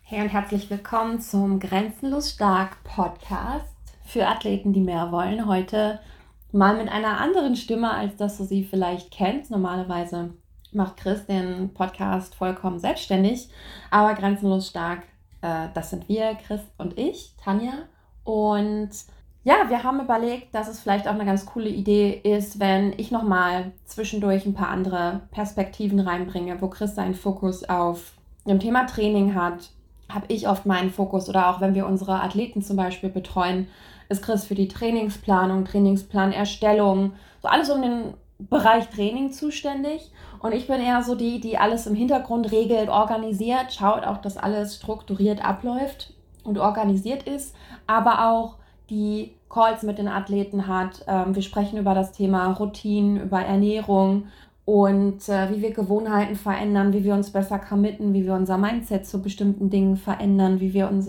Hey und herzlich willkommen zum Grenzenlos Stark Podcast für Athleten, die mehr wollen. Heute mal mit einer anderen Stimme, als dass du sie vielleicht kennst. Normalerweise macht Chris den Podcast vollkommen selbstständig, aber Grenzenlos Stark, das sind wir, Chris und ich, Tanja. Und ja, wir haben überlegt, dass es vielleicht auch eine ganz coole Idee ist, wenn ich nochmal zwischendurch ein paar andere Perspektiven reinbringe, wo Chris seinen Fokus auf dem Thema Training hat, habe ich oft meinen Fokus, oder auch wenn wir unsere Athleten zum Beispiel betreuen, ist Chris für die Trainingsplanung, Trainingsplanerstellung, so alles um den Bereich Training zuständig. Und ich bin eher so die alles im Hintergrund regelt, organisiert, schaut auch, dass alles strukturiert abläuft und organisiert ist, aber auch die Calls mit den Athleten hat. Wir sprechen über das Thema Routinen, über Ernährung und wie wir Gewohnheiten verändern, wie wir uns besser committen, wie wir unser Mindset zu bestimmten Dingen verändern, wie wir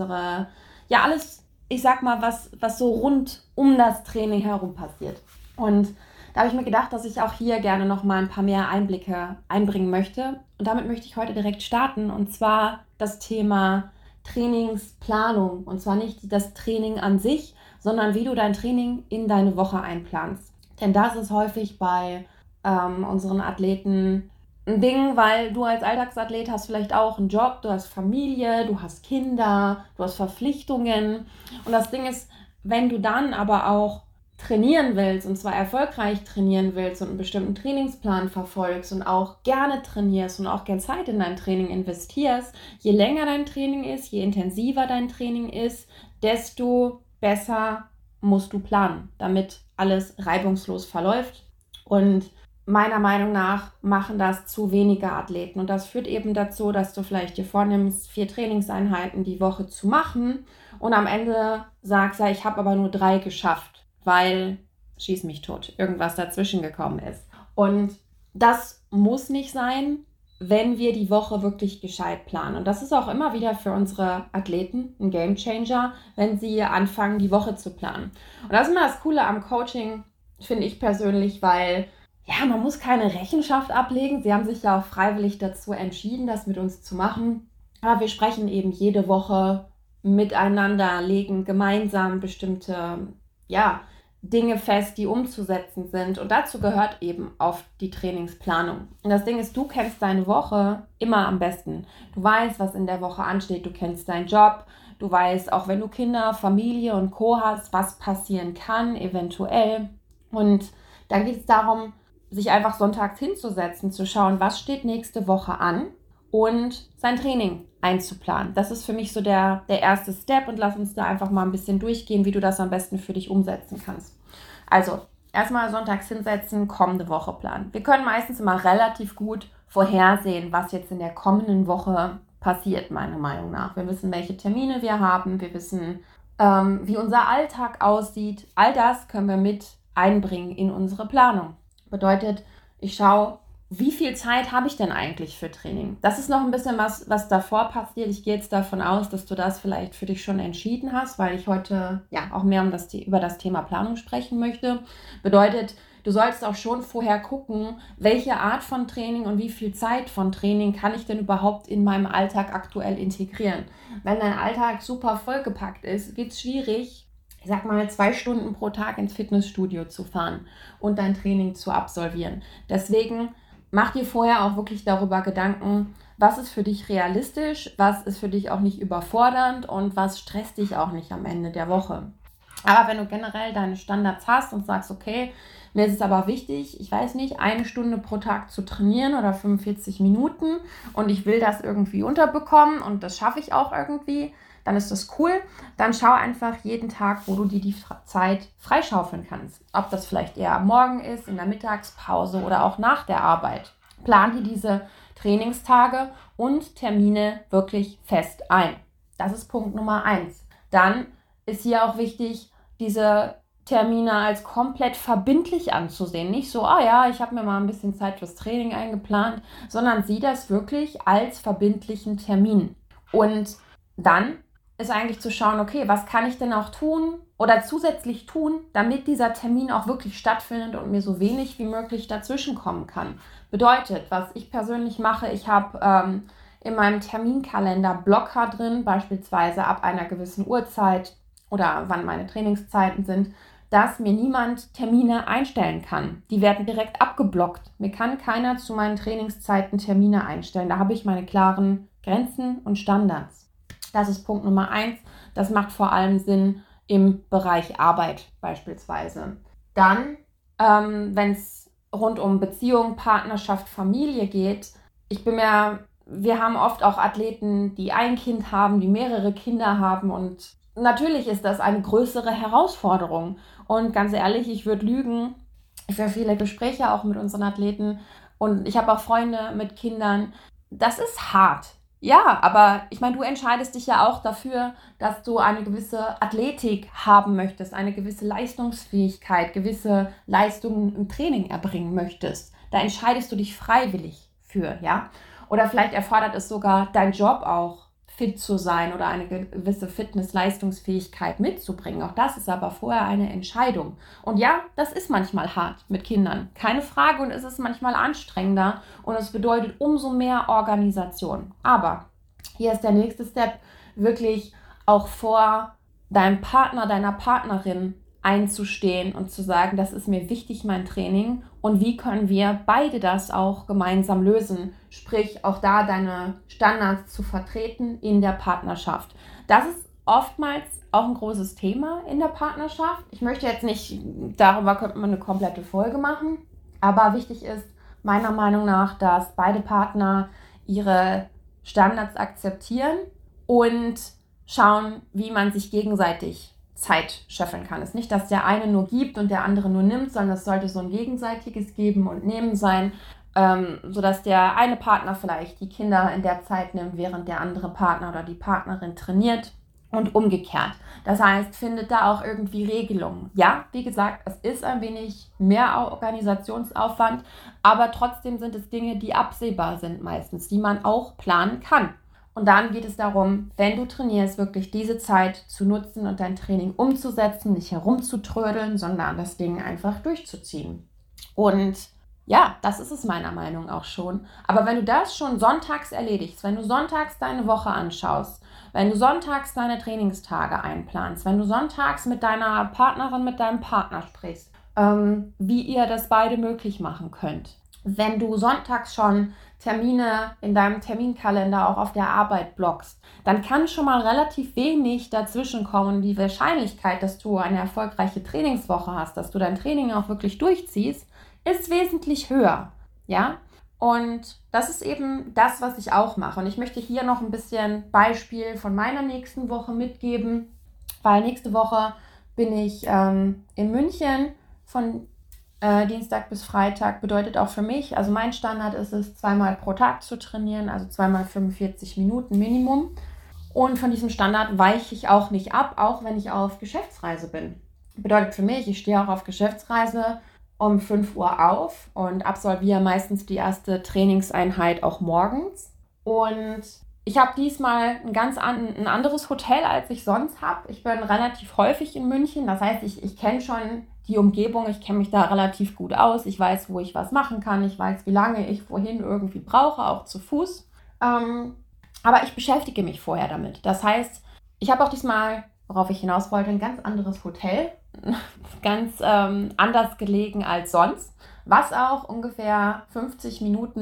alles, ich sag mal, was so rund um das Training herum passiert. Und da habe ich mir gedacht, dass ich auch hier gerne noch mal ein paar mehr Einblicke einbringen möchte. Und damit möchte ich heute direkt starten, und zwar das Thema Trainingsplanung. Und zwar nicht das Training an sich, sondern wie du dein Training in deine Woche einplanst. Denn das ist häufig bei unseren Athleten ein Ding, weil du als Alltagsathlet hast vielleicht auch einen Job, du hast Familie, du hast Kinder, du hast Verpflichtungen. Und das Ding ist, wenn du dann aber auch trainieren willst, und zwar erfolgreich trainieren willst und einen bestimmten Trainingsplan verfolgst und auch gerne trainierst und auch gerne Zeit in dein Training investierst, je länger dein Training ist, je intensiver dein Training ist, desto besser musst du planen, damit alles reibungslos verläuft. Und meiner Meinung nach machen das zu wenige Athleten. Und das führt eben dazu, dass du vielleicht dir vornimmst, 4 Trainingseinheiten die Woche zu machen und am Ende sagst, ja, ich habe aber nur 3 geschafft, weil, schieß mich tot, irgendwas dazwischen gekommen ist. Und das muss nicht sein, wenn wir die Woche wirklich gescheit planen. Und das ist auch immer wieder für unsere Athleten ein Gamechanger, wenn sie anfangen, die Woche zu planen. Und das ist immer das Coole am Coaching, finde ich persönlich, weil ja, man muss keine Rechenschaft ablegen. Sie haben sich ja auch freiwillig dazu entschieden, das mit uns zu machen. Aber wir sprechen eben jede Woche miteinander, legen gemeinsam bestimmte Dinge fest, die umzusetzen sind. Und dazu gehört eben oft die Trainingsplanung. Und das Ding ist, du kennst deine Woche immer am besten. Du weißt, was in der Woche ansteht. Du kennst deinen Job. Du weißt, auch wenn du Kinder, Familie und Co. hast, was passieren kann, eventuell. Und dann geht es darum, sich einfach sonntags hinzusetzen, zu schauen, was steht nächste Woche an und sein Training einzuplanen. Das ist für mich so der erste Step, und lass uns da einfach mal ein bisschen durchgehen, wie du das am besten für dich umsetzen kannst. Also, erstmal sonntags hinsetzen, kommende Woche planen. Wir können meistens immer relativ gut vorhersehen, was jetzt in der kommenden Woche passiert, meiner Meinung nach. Wir wissen, welche Termine wir haben, wir wissen, wie unser Alltag aussieht. All das können wir mit einbringen in unsere Planung. Bedeutet, ich schaue, wie viel Zeit habe ich denn eigentlich für Training? Das ist noch ein bisschen was davor passiert. Ich gehe jetzt davon aus, dass du das vielleicht für dich schon entschieden hast, weil ich heute auch mehr über das Thema Planung sprechen möchte. Bedeutet, du sollst auch schon vorher gucken, welche Art von Training und wie viel Zeit von Training kann ich denn überhaupt in meinem Alltag aktuell integrieren. Wenn dein Alltag super vollgepackt ist, wird es schwierig, ich sag mal, 2 Stunden pro Tag ins Fitnessstudio zu fahren und dein Training zu absolvieren. Deswegen mach dir vorher auch wirklich darüber Gedanken, was ist für dich realistisch, was ist für dich auch nicht überfordernd und was stresst dich auch nicht am Ende der Woche. Aber wenn du generell deine Standards hast und sagst, okay, mir ist es aber wichtig, ich weiß nicht, 1 Stunde pro Tag zu trainieren oder 45 Minuten und ich will das irgendwie unterbekommen und das schaffe ich auch irgendwie, dann ist das cool. Dann schau einfach jeden Tag, wo du dir die Zeit freischaufeln kannst. Ob das vielleicht eher am Morgen ist, in der Mittagspause oder auch nach der Arbeit. Plan dir diese Trainingstage und Termine wirklich fest ein. Das ist Punkt Nummer 1. Dann ist hier auch wichtig, diese Termine als komplett verbindlich anzusehen. Nicht so, ich habe mir mal ein bisschen Zeit fürs Training eingeplant, sondern sieh das wirklich als verbindlichen Termin. Und dann ist eigentlich zu schauen, okay, was kann ich denn auch tun oder zusätzlich tun, damit dieser Termin auch wirklich stattfindet und mir so wenig wie möglich dazwischen kommen kann. Bedeutet, was ich persönlich mache, ich habe in meinem Terminkalender Blocker drin, beispielsweise ab einer gewissen Uhrzeit oder wann meine Trainingszeiten sind, dass mir niemand Termine einstellen kann. Die werden direkt abgeblockt. Mir kann keiner zu meinen Trainingszeiten Termine einstellen. Da habe ich meine klaren Grenzen und Standards. Das ist Punkt Nummer 1. Das macht vor allem Sinn im Bereich Arbeit beispielsweise. Dann, wenn es rund um Beziehung, Partnerschaft, Familie geht, wir haben oft auch Athleten, die ein Kind haben, die mehrere Kinder haben, und natürlich ist das eine größere Herausforderung. Und ganz ehrlich, ich würde lügen. Ich führe viele Gespräche auch mit unseren Athleten und ich habe auch Freunde mit Kindern. Das ist hart. Ja, aber ich meine, du entscheidest dich ja auch dafür, dass du eine gewisse Athletik haben möchtest, eine gewisse Leistungsfähigkeit, gewisse Leistungen im Training erbringen möchtest. Da entscheidest du dich freiwillig für, ja? Oder vielleicht erfordert es sogar dein Job auch, fit zu sein oder eine gewisse Fitness-Leistungsfähigkeit mitzubringen. Auch das ist aber vorher eine Entscheidung. Und ja, das ist manchmal hart mit Kindern, keine Frage, und es ist manchmal anstrengender und es bedeutet umso mehr Organisation. Aber hier ist der nächste Step, wirklich auch vor deinem Partner, deiner Partnerin einzustehen und zu sagen, das ist mir wichtig, mein Training, und wie können wir beide das auch gemeinsam lösen, sprich auch da deine Standards zu vertreten in der Partnerschaft. Das ist oftmals auch ein großes Thema in der Partnerschaft. Ich möchte jetzt nicht, darüber könnte man eine komplette Folge machen, aber wichtig ist meiner Meinung nach, dass beide Partner ihre Standards akzeptieren und schauen, wie man sich gegenseitig Zeit scheffeln kann. Es ist nicht, dass der eine nur gibt und der andere nur nimmt, sondern es sollte so ein gegenseitiges Geben und Nehmen sein, sodass der eine Partner vielleicht die Kinder in der Zeit nimmt, während der andere Partner oder die Partnerin trainiert und umgekehrt. Das heißt, findet da auch irgendwie Regelungen. Ja, wie gesagt, es ist ein wenig mehr Organisationsaufwand, aber trotzdem sind es Dinge, die absehbar sind meistens, die man auch planen kann. Und dann geht es darum, wenn du trainierst, wirklich diese Zeit zu nutzen und dein Training umzusetzen, nicht herumzutrödeln, sondern das Ding einfach durchzuziehen. Und ja, das ist es meiner Meinung nach auch schon. Aber wenn du das schon sonntags erledigst, wenn du sonntags deine Woche anschaust, wenn du sonntags deine Trainingstage einplanst, wenn du sonntags mit deiner Partnerin, mit deinem Partner sprichst, wie ihr das beide möglich machen könnt, wenn du sonntags schon Termine in deinem Terminkalender auch auf der Arbeit blockst, dann kann schon mal relativ wenig dazwischen kommen. Die Wahrscheinlichkeit, dass du eine erfolgreiche Trainingswoche hast, dass du dein Training auch wirklich durchziehst, ist wesentlich höher. Ja? Und das ist eben das, was ich auch mache. Und ich möchte hier noch ein bisschen Beispiel von meiner nächsten Woche mitgeben, weil nächste Woche bin ich in München von Dienstag bis Freitag. Bedeutet auch für mich, also mein Standard ist es, 2-mal pro Tag zu trainieren, also 2-mal 45 Minuten Minimum. Und von diesem Standard weiche ich auch nicht ab, auch wenn ich auf Geschäftsreise bin. Bedeutet für mich, ich stehe auch auf Geschäftsreise um 5 Uhr auf und absolviere meistens die erste Trainingseinheit auch morgens. Und ich habe diesmal ein anderes Hotel, als ich sonst habe. Ich bin relativ häufig in München, das heißt, ich kenne schon die Umgebung, ich kenne mich da relativ gut aus, ich weiß, wo ich was machen kann, ich weiß, wie lange ich wohin irgendwie brauche, auch zu Fuß. Aber ich beschäftige mich vorher damit. Das heißt, ich habe auch diesmal, worauf ich hinaus wollte, ein ganz anderes Hotel, ganz anders gelegen als sonst, was auch ungefähr 55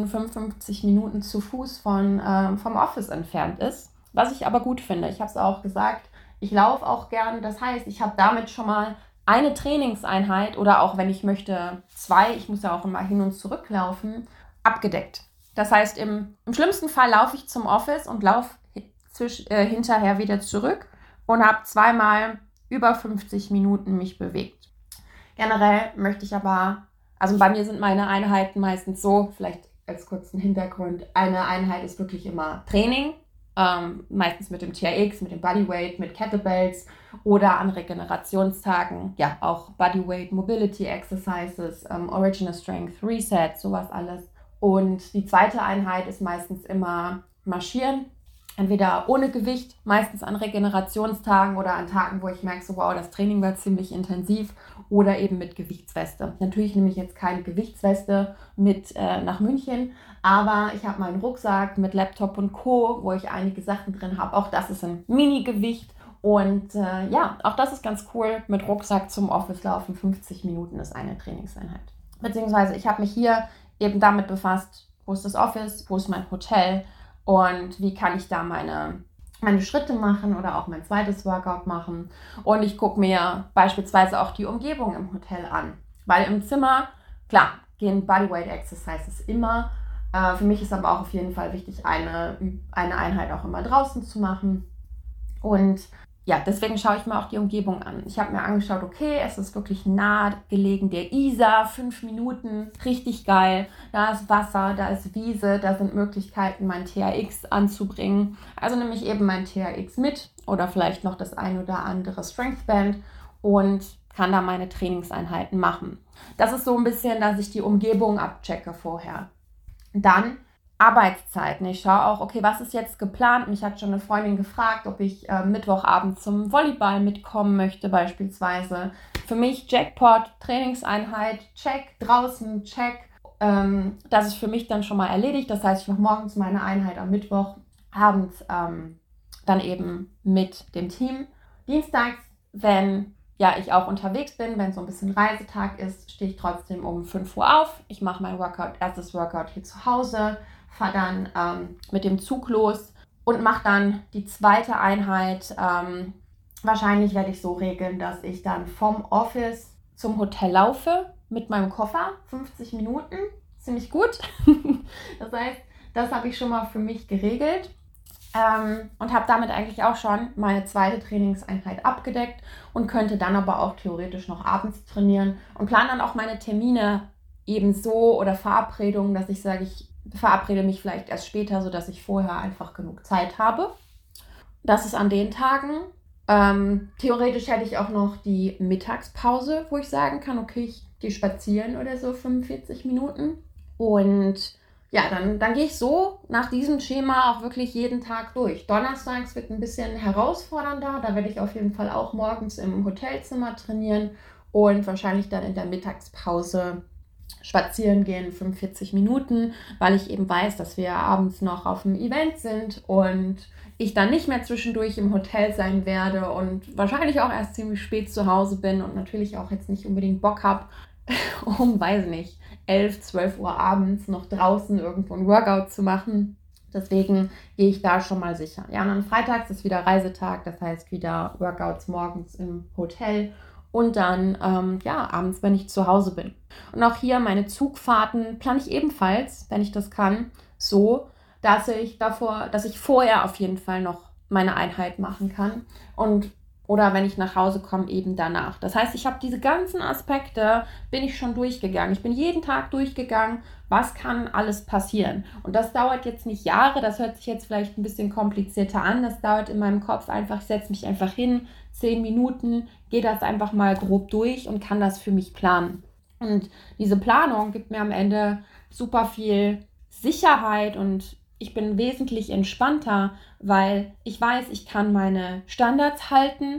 Minuten zu Fuß vom Office entfernt ist, was ich aber gut finde. Ich habe es auch gesagt, ich laufe auch gern, das heißt, ich habe damit schon mal eine Trainingseinheit oder auch, wenn ich möchte, 2, ich muss ja auch immer hin und zurück laufen, abgedeckt. Das heißt, im schlimmsten Fall laufe ich zum Office und laufe hinterher wieder zurück und habe 2-mal über 50 Minuten mich bewegt. Generell möchte ich aber, also bei mir sind meine Einheiten meistens so, vielleicht als kurzen Hintergrund, eine Einheit ist wirklich immer Training, meistens mit dem TRX, mit dem Bodyweight, mit Kettlebells oder an Regenerationstagen, ja auch Bodyweight, Mobility Exercises, Original Strength, Reset, sowas alles. Und die zweite Einheit ist meistens immer Marschieren entweder ohne Gewicht, meistens an Regenerationstagen oder an Tagen, wo ich merke, so wow, das Training war ziemlich intensiv, oder eben mit Gewichtsweste. Natürlich nehme ich jetzt keine Gewichtsweste mit nach München, aber ich habe meinen Rucksack mit Laptop und Co., wo ich einige Sachen drin habe. Auch das ist ein Mini-Gewicht und auch das ist ganz cool, mit Rucksack zum Office laufen. 50 Minuten ist eine Trainingseinheit. Beziehungsweise ich habe mich hier eben damit befasst, wo ist das Office, wo ist mein Hotel und wie kann ich da meine Schritte machen oder auch mein zweites Workout machen. Und ich gucke mir beispielsweise auch die Umgebung im Hotel an. Weil im Zimmer, klar, gehen Bodyweight Exercises immer. Für mich ist aber auch auf jeden Fall wichtig, eine Einheit auch immer draußen zu machen. Und ja, deswegen schaue ich mir auch die Umgebung an. Ich habe mir angeschaut, okay, es ist wirklich nah gelegen der Isar, 5 Minuten, richtig geil. Da ist Wasser, da ist Wiese, da sind Möglichkeiten, mein TRX anzubringen. Also nehme ich eben mein TRX mit oder vielleicht noch das ein oder andere Strength Band und kann da meine Trainingseinheiten machen. Das ist so ein bisschen, dass ich die Umgebung abchecke vorher. Dann Arbeitszeiten. Ich schaue auch, okay, was ist jetzt geplant? Mich hat schon eine Freundin gefragt, ob ich Mittwochabend zum Volleyball mitkommen möchte beispielsweise. Für mich Jackpot, Trainingseinheit, check, draußen, check. Das ist für mich dann schon mal erledigt. Das heißt, ich mache morgens meine Einheit am Mittwochabend dann eben mit dem Team. Dienstags, wenn ich auch unterwegs bin, wenn so ein bisschen Reisetag ist, stehe ich trotzdem um 5 Uhr auf. Ich mache mein erstes Workout hier zu Hause, fahre dann mit dem Zug los und mache dann die zweite Einheit. Wahrscheinlich werde ich so regeln, dass ich dann vom Office zum Hotel laufe mit meinem Koffer, 50 Minuten, ziemlich gut. Das heißt, das habe ich schon mal für mich geregelt. Und habe damit eigentlich auch schon meine zweite Trainingseinheit abgedeckt und könnte dann aber auch theoretisch noch abends trainieren und plane dann auch meine Termine eben so oder Verabredungen, dass ich sage, ich verabrede mich vielleicht erst später, sodass ich vorher einfach genug Zeit habe. Das ist an den Tagen. Theoretisch hätte ich auch noch die Mittagspause, wo ich sagen kann, okay, ich gehe spazieren oder so 45 Minuten und ja, dann gehe ich so nach diesem Schema auch wirklich jeden Tag durch. Donnerstags wird ein bisschen herausfordernder. Da werde ich auf jeden Fall auch morgens im Hotelzimmer trainieren und wahrscheinlich dann in der Mittagspause spazieren gehen, 45 Minuten, weil ich eben weiß, dass wir abends noch auf einem Event sind und ich dann nicht mehr zwischendurch im Hotel sein werde und wahrscheinlich auch erst ziemlich spät zu Hause bin und natürlich auch jetzt nicht unbedingt Bock habe, weiß nicht, 11, 12 Uhr abends noch draußen irgendwo ein Workout zu machen. Deswegen gehe ich da schon mal sicher. Ja, und dann freitags ist wieder Reisetag, das heißt wieder Workouts morgens im Hotel und dann abends, wenn ich zu Hause bin. Und auch hier meine Zugfahrten plane ich ebenfalls, wenn ich das kann, so, dass ich vorher auf jeden Fall noch meine Einheit machen kann oder wenn ich nach Hause komme, eben danach. Das heißt, ich habe diese ganzen Aspekte, bin ich schon durchgegangen. Ich bin jeden Tag durchgegangen, was kann alles passieren. Und das dauert jetzt nicht Jahre, das hört sich jetzt vielleicht ein bisschen komplizierter an. Das dauert in meinem Kopf einfach, ich setze mich einfach hin, 10 Minuten, gehe das einfach mal grob durch und kann das für mich planen. Und diese Planung gibt mir am Ende super viel Sicherheit und ich bin wesentlich entspannter, weil ich weiß, ich kann meine Standards halten,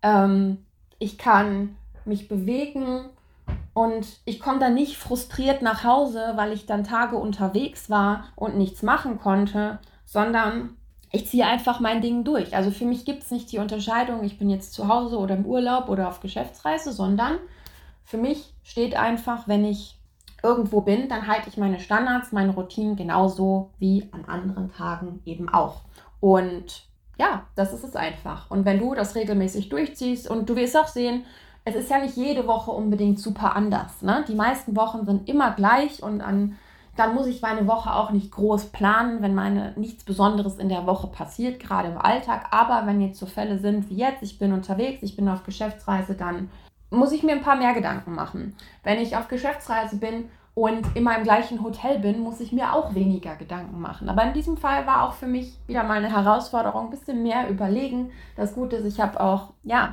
ich kann mich bewegen und ich komme dann nicht frustriert nach Hause, weil ich dann Tage unterwegs war und nichts machen konnte, sondern ich ziehe einfach mein Ding durch. Also für mich gibt es nicht die Unterscheidung, ich bin jetzt zu Hause oder im Urlaub oder auf Geschäftsreise, sondern für mich steht einfach, wenn ich irgendwo bin, dann halte ich meine Standards, meine Routinen genauso wie an anderen Tagen eben auch. Und ja, das ist es einfach. Und wenn du das regelmäßig durchziehst und du wirst auch sehen, es ist ja nicht jede Woche unbedingt super anders. Ne? Die meisten Wochen sind immer gleich und dann muss ich meine Woche auch nicht groß planen, wenn nichts Besonderes in der Woche passiert, gerade im Alltag. Aber wenn jetzt so Fälle sind wie jetzt, ich bin unterwegs, ich bin auf Geschäftsreise, dann muss ich mir ein paar mehr Gedanken machen. Wenn ich auf Geschäftsreise bin und in meinem gleichen Hotel bin, muss ich mir auch weniger Gedanken machen. Aber in diesem Fall war auch für mich wieder mal eine Herausforderung, ein bisschen mehr überlegen. Das Gute ist, ich habe auch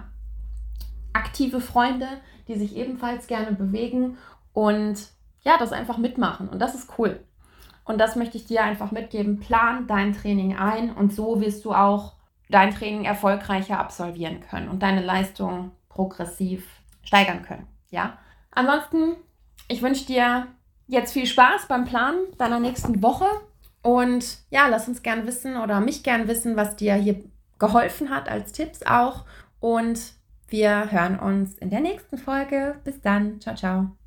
aktive Freunde, die sich ebenfalls gerne bewegen und das einfach mitmachen. Und das ist cool. Und das möchte ich dir einfach mitgeben. Plan dein Training ein und so wirst du auch dein Training erfolgreicher absolvieren können und deine Leistung progressiv steigern können. Ja? Ansonsten, ich wünsche dir jetzt viel Spaß beim Planen deiner nächsten Woche und ja, lass uns gern wissen oder mich gern wissen, was dir hier geholfen hat als Tipps auch und wir hören uns in der nächsten Folge. Bis dann. Ciao, ciao.